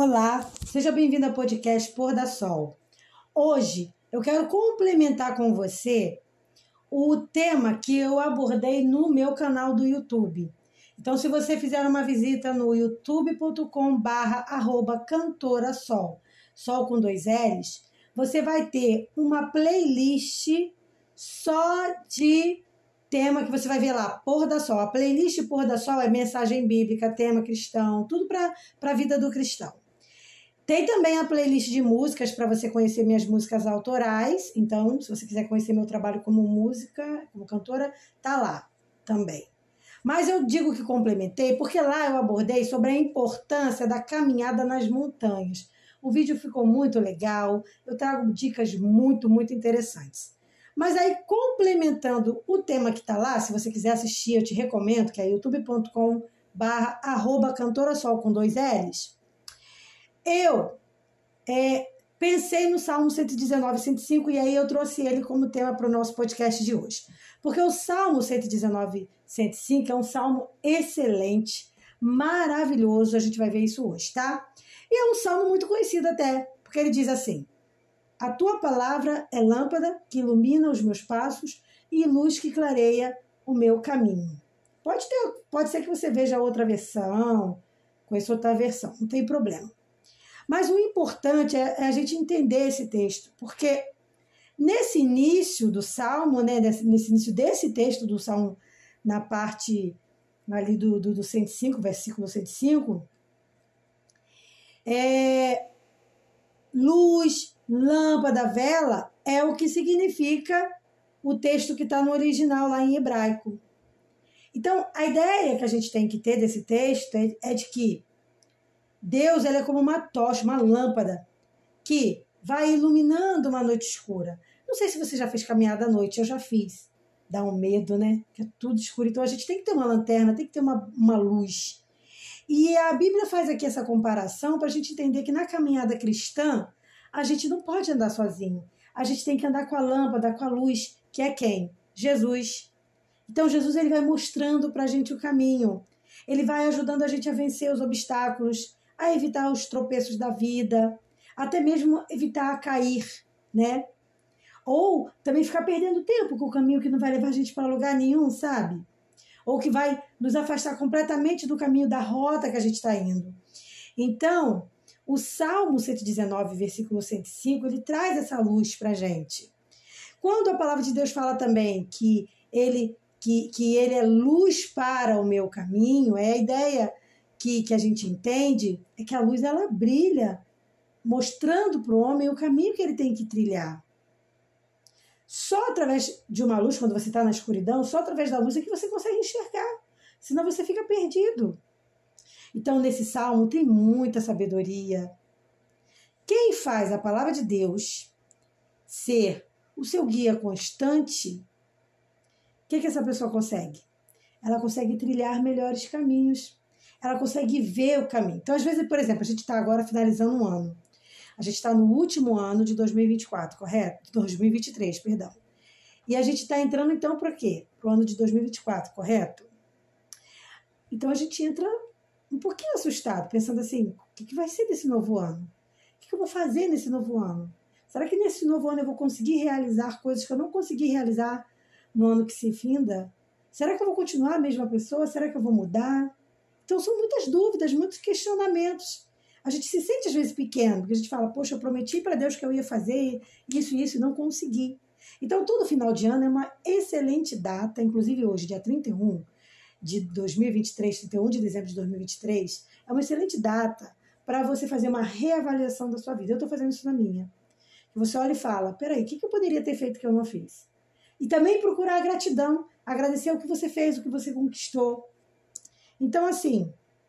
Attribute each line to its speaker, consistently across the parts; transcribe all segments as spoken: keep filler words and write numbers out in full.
Speaker 1: Olá, seja bem-vindo ao podcast Pôr da Sol. Hoje eu quero complementar com você o tema que eu abordei no meu canal do YouTube. Então, se você fizer uma visita no youtube ponto com barra arroba cantora sol, sol com dois L's, você vai ter uma playlist só de tema que você vai ver lá, Pôr da Sol. A playlist Pôr da Sol é mensagem bíblica, tema cristão, tudo para a vida do cristão. Tem também a playlist de músicas para você conhecer minhas músicas autorais. Então, se você quiser conhecer meu trabalho como música, como cantora, tá lá também. Mas eu digo que complementei porque lá eu abordei sobre a importância da caminhada nas montanhas. O vídeo ficou muito legal, eu trago dicas muito, muito interessantes. Mas aí, complementando o tema que tá lá, se você quiser assistir, eu te recomendo, que é youtube ponto com barra arroba cantora sol com dois L's. Eu é, pensei no Salmo cento e dezenove, cento e cinco e aí eu trouxe ele como tema para o nosso podcast de hoje. Porque o Salmo cento e dezenove, cento e cinco é um salmo excelente, maravilhoso, a gente vai ver isso hoje, tá? E é um salmo muito conhecido até, porque ele diz assim: a tua palavra é lâmpada que ilumina os meus passos e luz que clareia o meu caminho. Pode ter, pode ser que você veja outra versão, conheça outra versão, não tem problema. Mas o importante é a gente entender esse texto, porque nesse início do Salmo, né, nesse início desse texto do Salmo, na parte ali do, do, do cento e cinco, versículo cento e cinco, é, luz, lâmpada, vela, é o que significa o texto que está no original lá em hebraico. Então, a ideia que a gente tem que ter desse texto é, é de que Deus ele é como uma tocha, uma lâmpada, que vai iluminando uma noite escura. Não sei se você já fez caminhada à noite, eu já fiz. Dá um medo, né? Que é tudo escuro. Então a gente tem que ter uma lanterna, tem que ter uma, uma luz. E a Bíblia faz aqui essa comparação para a gente entender que na caminhada cristã, a gente não pode andar sozinho. A gente tem que andar com a lâmpada, com a luz, que é quem? Jesus. Então Jesus ele vai mostrando para a gente o caminho. Ele vai ajudando a gente a vencer os obstáculos, a evitar os tropeços da vida, até mesmo evitar cair, né? Ou também ficar perdendo tempo com o caminho que não vai levar a gente para lugar nenhum, sabe? Ou que vai nos afastar completamente do caminho da rota que a gente está indo. Então, o Salmo cento e dezenove, versículo cento e cinco, ele traz essa luz para a gente. Quando a palavra de Deus fala também que ele, que, que ele é luz para o meu caminho, é a ideia que, que a gente entende, é que a luz ela brilha, mostrando para o homem o caminho que ele tem que trilhar. Só através de uma luz, quando você está na escuridão, só através da luz é que você consegue enxergar, senão você fica perdido. Então, nesse salmo tem muita sabedoria. Quem faz a palavra de Deus ser o seu guia constante, o que, que essa pessoa consegue? Ela consegue trilhar melhores caminhos. Ela consegue ver o caminho. Então, às vezes, por exemplo, a gente está agora finalizando um ano. A gente está no último ano de dois mil e vinte e quatro, correto? dois mil e vinte e três, perdão. E a gente está entrando, então, para quê? Para o ano de dois mil e vinte e quatro, correto? Então, a gente entra um pouquinho assustado, pensando assim, o que, que vai ser desse novo ano? O que, que eu vou fazer nesse novo ano? Será que nesse novo ano eu vou conseguir realizar coisas que eu não consegui realizar no ano que se finda? Será que eu vou continuar a mesma pessoa? Será que eu vou mudar? Então, são muitas dúvidas, muitos questionamentos. A gente se sente, às vezes, pequeno, porque a gente fala, poxa, eu prometi para Deus que eu ia fazer isso e isso e não consegui. Então, todo final de ano é uma excelente data, inclusive hoje, dia trinta e um de dois mil e vinte e três, trinta e um de dezembro de dois mil e vinte e três, é uma excelente data para você fazer uma reavaliação da sua vida. Eu estou fazendo isso na minha. Você olha e fala, peraí, o que eu poderia ter feito que eu não fiz? E também procurar a gratidão, agradecer o que você fez, o que você conquistou. Então, assim,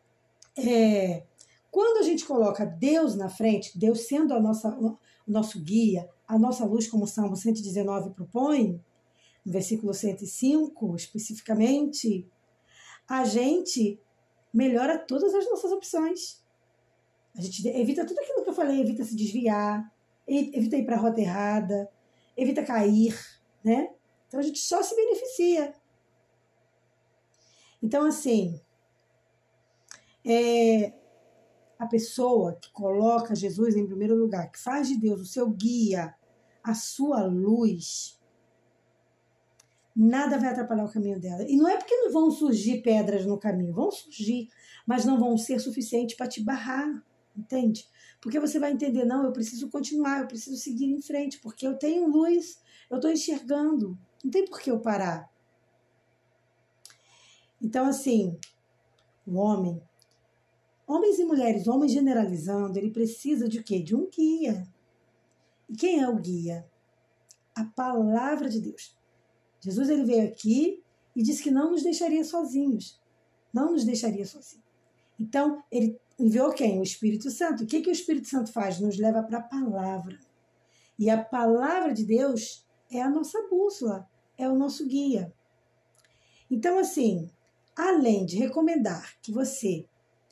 Speaker 1: é, quando a gente coloca Deus na frente, Deus sendo a nossa, o nosso guia, a nossa luz, como o Salmo cento e dezenove propõe, no versículo cento e cinco, especificamente, a gente melhora todas as nossas opções. A gente evita tudo aquilo que eu falei, evita se desviar, evita ir para a rota errada, evita cair, né? Então, a gente só se beneficia. Então, assim, É, a pessoa que coloca Jesus em primeiro lugar, que faz de Deus o seu guia, a sua luz, nada vai atrapalhar o caminho dela. E não é porque não vão surgir pedras no caminho, vão surgir, mas não vão ser suficientes para te barrar, entende? Porque você vai entender, não, eu preciso continuar, eu preciso seguir em frente, porque eu tenho luz, eu estou enxergando, não tem por que eu parar. Então, assim, o homem, homens e mulheres, homens generalizando, ele precisa de quê? De um guia. E quem é o guia? A palavra de Deus. Jesus, ele veio aqui e disse que não nos deixaria sozinhos. Não nos deixaria sozinhos. Então, ele enviou quem? O Espírito Santo. O que, que o Espírito Santo faz? Nos leva para a palavra. E a palavra de Deus é a nossa bússola, é o nosso guia. Então, assim, além de recomendar que você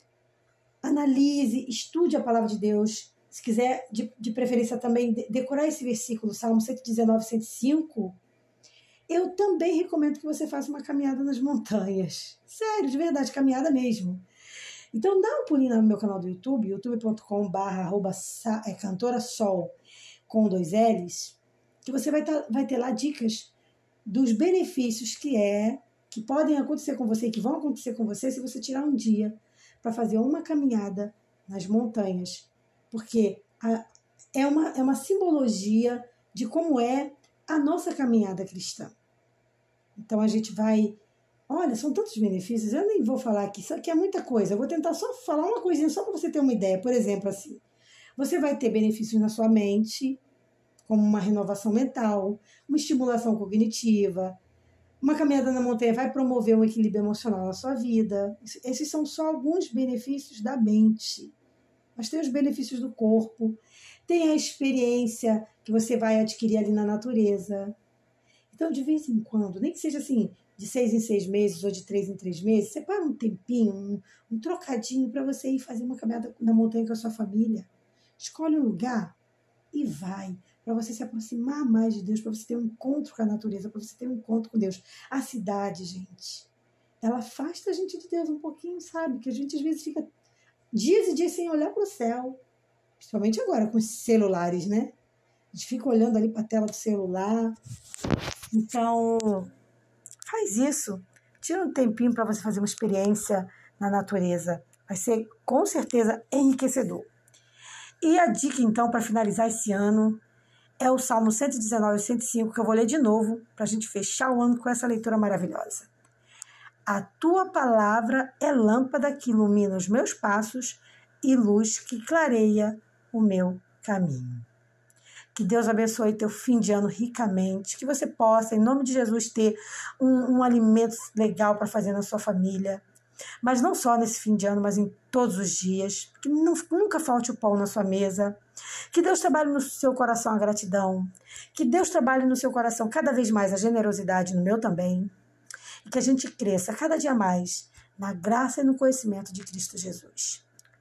Speaker 1: analise, estude a palavra de Deus, se quiser, de, de preferência também, decorar esse versículo, Salmo cento e dezenove, cento e cinco, eu também recomendo que você faça uma caminhada nas montanhas. Sério, de verdade, caminhada mesmo. Então, dá um pulinho no meu canal do YouTube, youtube ponto com barra cantora sol com dois L's, que você vai, tá, vai ter lá dicas dos benefícios que é, que podem acontecer com você e que vão acontecer com você se você tirar um dia para fazer uma caminhada nas montanhas. Porque a, é, uma, é uma simbologia de como é a nossa caminhada cristã. Então a gente vai... Olha, são tantos benefícios, eu nem vou falar aqui, isso aqui é muita coisa. Eu vou tentar só falar uma coisinha, só para você ter uma ideia. Por exemplo, assim, você vai ter benefícios na sua mente, como uma renovação mental, uma estimulação cognitiva. Uma caminhada na montanha vai promover um equilíbrio emocional na sua vida. Esses são só alguns benefícios da mente. Mas tem os benefícios do corpo, tem a experiência que você vai adquirir ali na natureza. Então, de vez em quando, nem que seja assim, de seis em seis meses ou de três em três meses, separa um tempinho, um, um trocadinho para você ir fazer uma caminhada na montanha com a sua família. Escolhe um lugar e vai, para você se aproximar mais de Deus, para você ter um encontro com a natureza, para você ter um encontro com Deus. A cidade, gente, ela afasta a gente de Deus um pouquinho, sabe? Que a gente às vezes fica dias e dias sem olhar para o céu, principalmente agora com os celulares, né? A gente fica olhando ali para a tela do celular. Então, faz isso. Tira um tempinho para você fazer uma experiência na natureza. Vai ser, com certeza, enriquecedor. E a dica, então, para finalizar esse ano, é o Salmo cento e dezenove, cento e cinco, que eu vou ler de novo, para a gente fechar o ano com essa leitura maravilhosa. A tua palavra é lâmpada que ilumina os meus passos e luz que clareia o meu caminho. Que Deus abençoe teu fim de ano ricamente, que você possa, em nome de Jesus, ter um, um alimento legal para fazer na sua família, mas não só nesse fim de ano, mas em todos os dias, que não, nunca falte o pão na sua mesa, que Deus trabalhe no seu coração a gratidão, que Deus trabalhe no seu coração cada vez mais a generosidade, no meu também, e que a gente cresça cada dia mais na graça e no conhecimento de Cristo Jesus.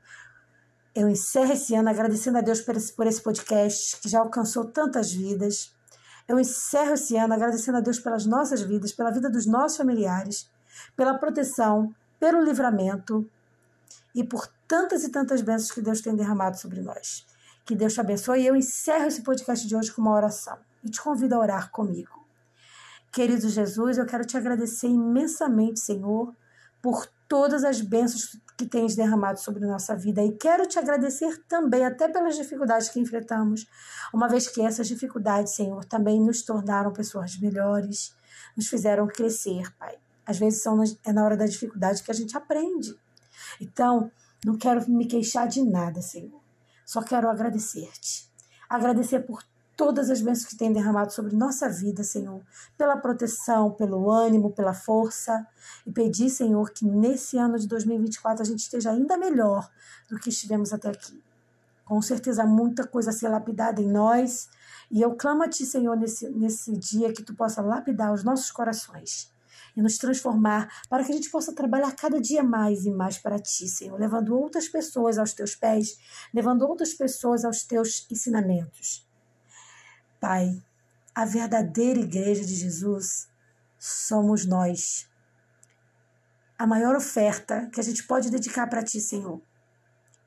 Speaker 1: Eu encerro esse ano agradecendo a Deus por esse, por esse podcast que já alcançou tantas vidas. Eu encerro esse ano agradecendo a Deus pelas nossas vidas, pela vida dos nossos familiares, pela proteção, pelo livramento e por tantas e tantas bênçãos que Deus tem derramado sobre nós. Que Deus te abençoe e eu encerro esse podcast de hoje com uma oração e te convido a orar comigo. Querido Jesus, eu quero te agradecer imensamente, Senhor, por todas as bênçãos que tens derramado sobre nossa vida. E quero te agradecer também, até pelas dificuldades que enfrentamos, uma vez que essas dificuldades, Senhor, também nos tornaram pessoas melhores, nos fizeram crescer, Pai. Às vezes são, é na hora da dificuldade que a gente aprende. Então, não quero me queixar de nada, Senhor. Só quero agradecer-te. Agradecer por todas as bênçãos que tem derramado sobre nossa vida, Senhor, pela proteção, pelo ânimo, pela força, e pedir, Senhor, que nesse ano de dois mil e vinte e quatro a gente esteja ainda melhor do que estivemos até aqui. Com certeza, muita coisa a ser lapidada em nós, e eu clamo a Ti, Senhor, nesse, nesse dia que Tu possa lapidar os nossos corações e nos transformar para que a gente possa trabalhar cada dia mais e mais para Ti, Senhor, levando outras pessoas aos Teus pés, levando outras pessoas aos Teus ensinamentos. Pai, a verdadeira igreja de Jesus somos nós. A maior oferta que a gente pode dedicar para Ti, Senhor,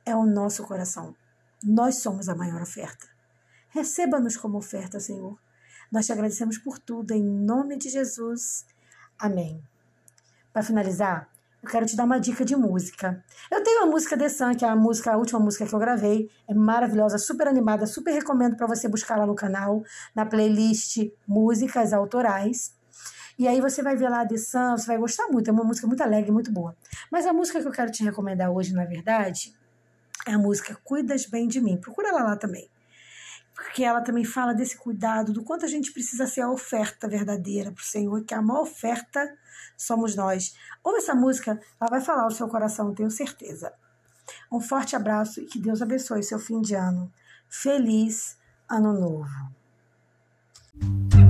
Speaker 1: é o nosso coração. Nós somos a maior oferta. Receba-nos como oferta, Senhor. Nós te agradecemos por tudo, em nome de Jesus. Amém. Para finalizar, eu quero te dar uma dica de música. Eu tenho a música The Sun, que é a, música, a última música que eu gravei. É maravilhosa, super animada, super recomendo para você buscar lá no canal, na playlist Músicas Autorais. E aí você vai ver lá The Sun, você vai gostar muito. É uma música muito alegre, muito boa. Mas a música que eu quero te recomendar hoje, na verdade, é a música Cuidas Bem de Mim. Procura ela lá também. Porque ela também fala desse cuidado, do quanto a gente precisa ser a oferta verdadeira para o Senhor, que a maior oferta somos nós. Ouve essa música, ela vai falar ao seu coração, tenho certeza. Um forte abraço e que Deus abençoe seu fim de ano. Feliz Ano Novo.